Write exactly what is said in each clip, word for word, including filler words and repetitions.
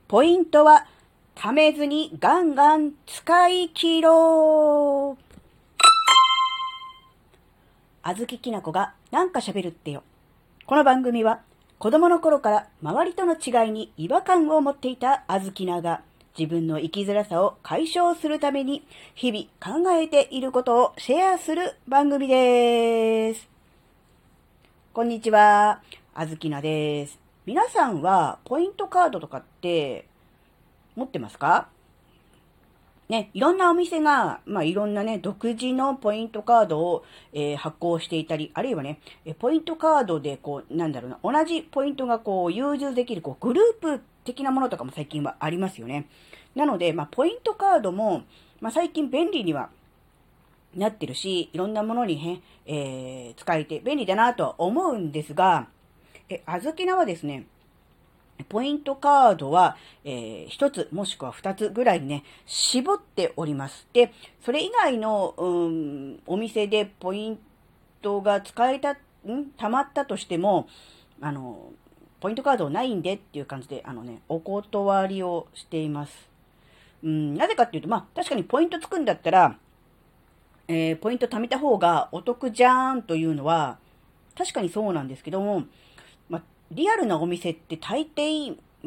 ポイントは貯めずにガンガン使い切ろう。あずききなこがなんか喋るってよ。この番組は子供の頃から周りとの違いに違和感を持っていたあずきなが自分の生きづらさを解消するために日々考えていることをシェアする番組です。こんにちは、あずきなです。皆さんはポイントカードとかって持ってますか？ね、いろんなお店が、まあ、いろんなね、独自のポイントカードを、えー発行していたり、あるいはね、えポイントカードで、こう、なんだろうな、同じポイントがこう、融通できる、こう、グループ的なものとかも最近はありますよね。なので、まあ、ポイントカードも、まあ、最近便利にはなってるし、いろんなものにね、えー使えて便利だなとは思うんですが、え、あずきなはですね、ポイントカードは、えー、一つもしくは二つぐらいにね、絞っております。で、それ以外の、うん、お店でポイントが使えた、ん溜まったとしても、あの、ポイントカードないんでっていう感じで、あのね、お断りをしています。うん、なぜかっていうと、まあ、確かにポイントつくんだったら、えー、ポイント貯めた方がお得じゃーんというのは、確かにそうなんですけども、まあ、リアルなお店って大抵、うん、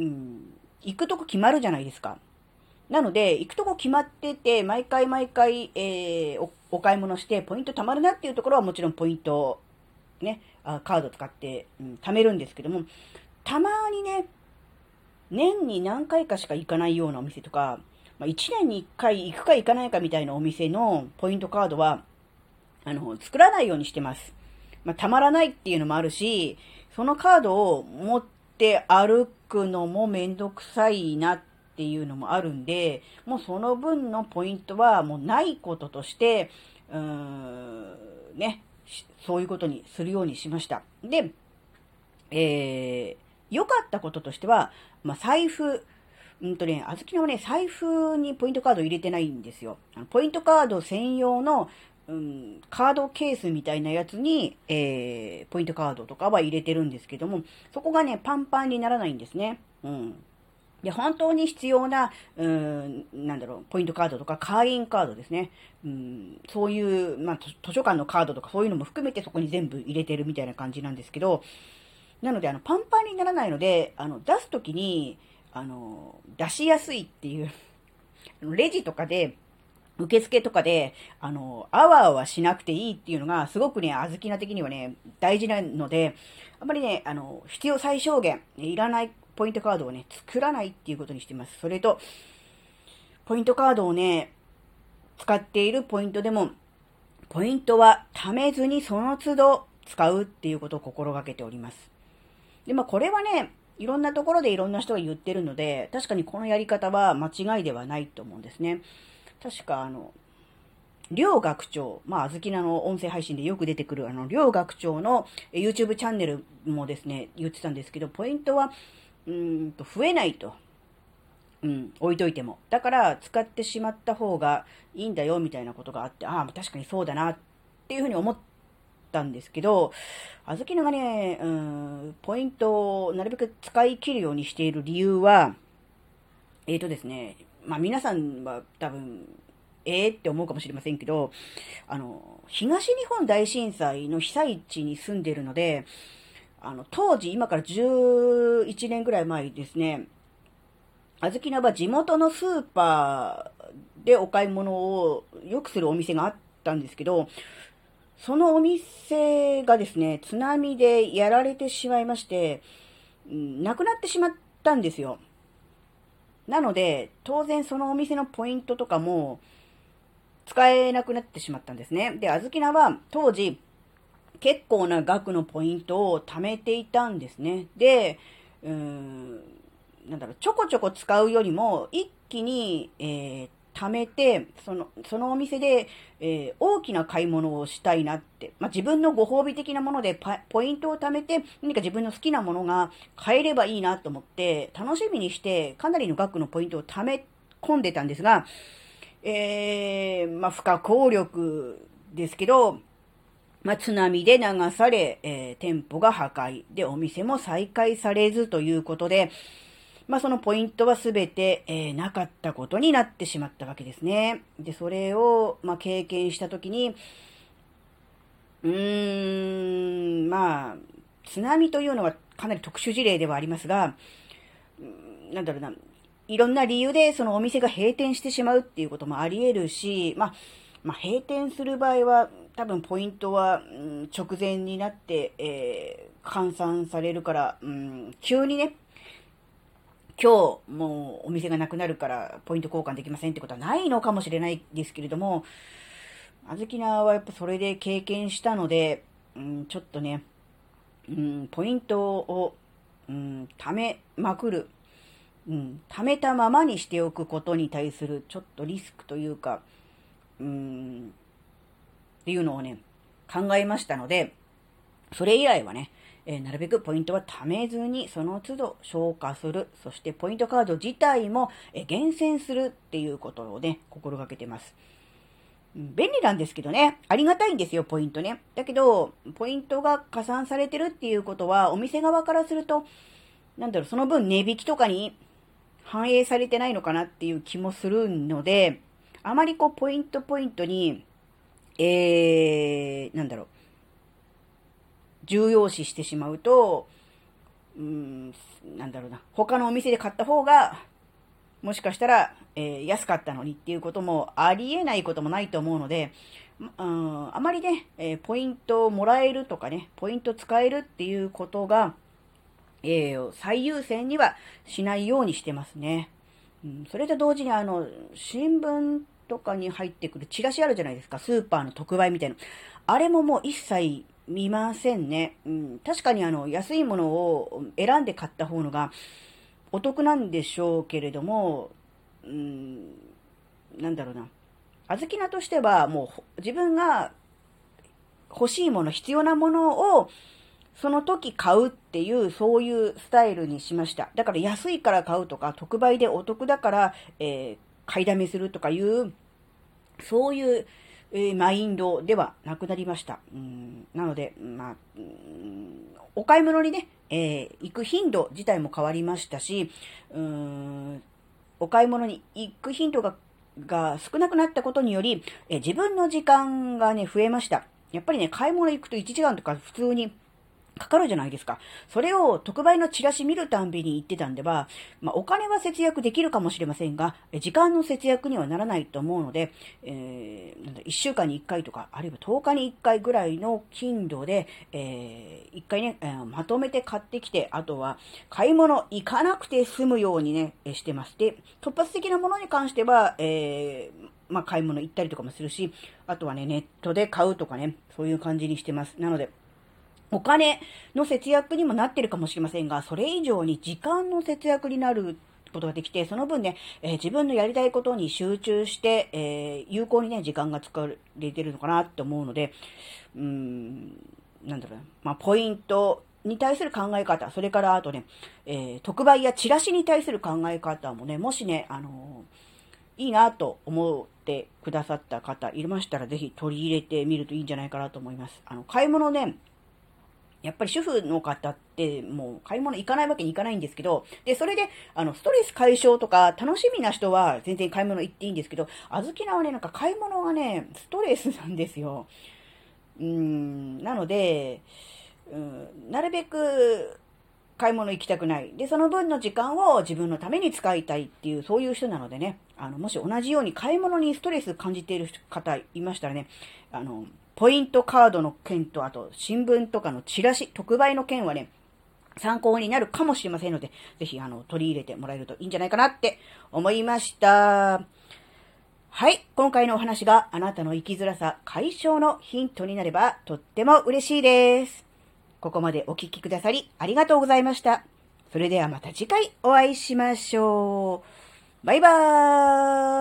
行くとこ決まるじゃないですか。なので、行くとこ決まってて、毎回毎回、えーお、お買い物して、ポイント貯まるなっていうところはもちろんポイント、ね、あカード使って、うん、貯めるんですけども、たまにね、年に何回かしか行かないようなお店とか、まあ、いちねんにいっかい行くか行かないかみたいなお店のポイントカードは、あの、作らないようにしてます。まあ、たまらないっていうのもあるし、そのカードを持って歩くのもめんどくさいなっていうのもあるんで、もうその分のポイントはもうないこととして、うーん、ね、そういうことにするようにしました。で、えー、良かったこととしては、まあ、財布、うんとね、あずきのはね、財布にポイントカード入れてないんですよ。あのポイントカード専用の、うん、カードケースみたいなやつに、えー、ポイントカードとかは入れてるんですけども、そこがね、パンパンにならないんですね。うん。で、本当に必要な、うん、なんだろう、ポイントカードとか、会員カードですね。うん、そういう、まあ、図書館のカードとかそういうのも含めてそこに全部入れてるみたいな感じなんですけど、なので、あの、パンパンにならないので、あの、出すときに、あの、出しやすいっていう、レジとかで、受付とかで、あの、あわあわしなくていいっていうのが、すごくね、あずきな的にはね、大事なので、あんまりね、あの、必要最小限、いらないポイントカードをね、作らないっていうことにしてます。それと、ポイントカードをね、使っているポイントでも、ポイントは貯めずにその都度使うっていうことを心がけております。で、まあこれはね、いろんなところでいろんな人が言ってるので、確かにこのやり方は間違いではないと思うんですね。確かあの、両学長、まあ、あずきなの音声配信でよく出てくる、あの、両学長の YouTube チャンネルもですね、言ってたんですけど、ポイントは、うーんと、増えないと。うん、置いといても。だから、使ってしまった方がいいんだよ、みたいなことがあって、ああ、確かにそうだな、っていうふうに思ったんですけど、あずきのがね、うん、ポイントをなるべく使い切るようにしている理由は、えーとですね、まあ皆さんは多分、えーって思うかもしれませんけど、あの、東日本大震災の被災地に住んでいるので、あの、当時、今からじゅういちねんぐらい前ですね、あずきなは地元のスーパーでお買い物をよくするお店があったんですけど、そのお店がですね、津波でやられてしまいまして、うん、なくなってしまったんですよ。なので、当然そのお店のポイントとかも使えなくなってしまったんですね。で、あずきなは当時結構な額のポイントを貯めていたんですね。で、うーん、なんだろう、ちょこちょこ使うよりも一気に、えー貯めて、その、そのお店で、えー大きな買い物をしたいなって。まあ、自分のご褒美的なものでポイントを貯めて、何か自分の好きなものが買えればいいなと思って、楽しみにして、かなりの額のポイントを貯め込んでたんですが、えー、まあ、不可抗力ですけど、まあ、津波で流され、えー店舗が破壊、で、お店も再開されずということで、 まあそのポイントはすべて、えー、なかったことになってしまったわけですね。で、それを、まあ経験したときに、うーん、まあ、津波というのはかなり特殊事例ではありますが、なんだろうな、いろんな理由でそのお店が閉店してしまうっていうこともあり得るし、まあ、まあ、閉店する場合は多分ポイントは、うん、直前になって、えー、換算されるから、うん、急にね、今日もうお店がなくなるからポイント交換できませんってことはないのかもしれないですけれども、あずきなはやっぱそれで経験したので、うん、ちょっとね、うん、ポイントを、うん、貯めまくる、うん、貯めたままにしておくことに対するちょっとリスクというか、うん、っていうのをね、考えましたので、それ以来はね、えー、なるべくポイントは貯めずに、その都度消化する。そしてポイントカード自体も、えー、厳選するっていうことをね、心がけてます。便利なんですけどね、ありがたいんですよ、ポイントね。だけど、ポイントが加算されてるっていうことは、お店側からすると、なんだろう、その分値引きとかに反映されてないのかなっていう気もするので、あまりこう、ポイントポイントに、えー、なんだろう、重要視してしまうと、うーん、なんだろうな、他のお店で買った方が、もしかしたら、えー、安かったのにっていうこともありえないこともないと思うので、うん、あまりね、えー、ポイントをもらえるとかね、ポイント使えるっていうことが、えー、最優先にはしないようにしてますね。うん、それと同時にあの、新聞とかに入ってくるチラシあるじゃないですか、スーパーの特売みたいな。あれももう一切見ませんね。うん、確かにあの、安いものを選んで買った方のがお得なんでしょうけれども、うん、なんだろうな。あずきなとしては、もう自分が欲しいもの、必要なものをその時買うっていう、そういうスタイルにしました。だから安いから買うとか、特売でお得だから、えー、買いだめするとかいう、そういう、えー、マインドではなくなりました。うん、なので、まあ、うん、お買い物にね、えー、行く頻度自体も変わりましたし、うーん、お買い物に行く頻度がが少なくなったことにより、えー、自分の時間がね、増えました。やっぱりね、買い物行くといちじかんとか普通にかかるじゃないですか。それを特売のチラシ見るたんびに言ってたんでは、まあ、お金は節約できるかもしれませんが、時間の節約にはならないと思うので、えー、なんだいっしゅうかんにいっかいとか、あるいはとおかにいっかいぐらいの頻度で、えー、いっかいね、えー、まとめて買ってきて、あとは買い物行かなくて済むようにね、してます。で、突発的なものに関しては、えー、まあ、買い物行ったりとかもするし、あとはね、ネットで買うとかね、そういう感じにしてます。なので、お金の節約にもなってるかもしれませんが、それ以上に時間の節約になることができて、その分ね、えー、自分のやりたいことに集中して、えー、有効にね、時間が使われてるのかなって思うので、うーん、なんだろうな、まあ、ポイントに対する考え方、それからあとね、えー、特売やチラシに対する考え方もね、もしね、あのー、いいなと思ってくださった方いましたら、ぜひ取り入れてみるといいんじゃないかなと思います。あの、買い物ね、やっぱり主婦の方ってもう買い物行かないわけにいかないんですけど、で、それで、あの、ストレス解消とか楽しみな人は全然買い物行っていいんですけど、あずきなはね、なんか買い物がね、ストレスなんですよ。うーん、なので、うん、なるべく買い物行きたくない。で、その分の時間を自分のために使いたいっていう、そういう人なのでね、あの、もし同じように買い物にストレス感じている方いましたらね、あの、ポイントカードの件と、あと、新聞とかのチラシ、特売の件はね、参考になるかもしれませんので、ぜひ、あの、取り入れてもらえるといいんじゃないかなって思いました。はい。今回のお話があなたの生きづらさ解消のヒントになればとっても嬉しいです。ここまでお聞きくださりありがとうございました。それではまた次回お会いしましょう。バイバーイ。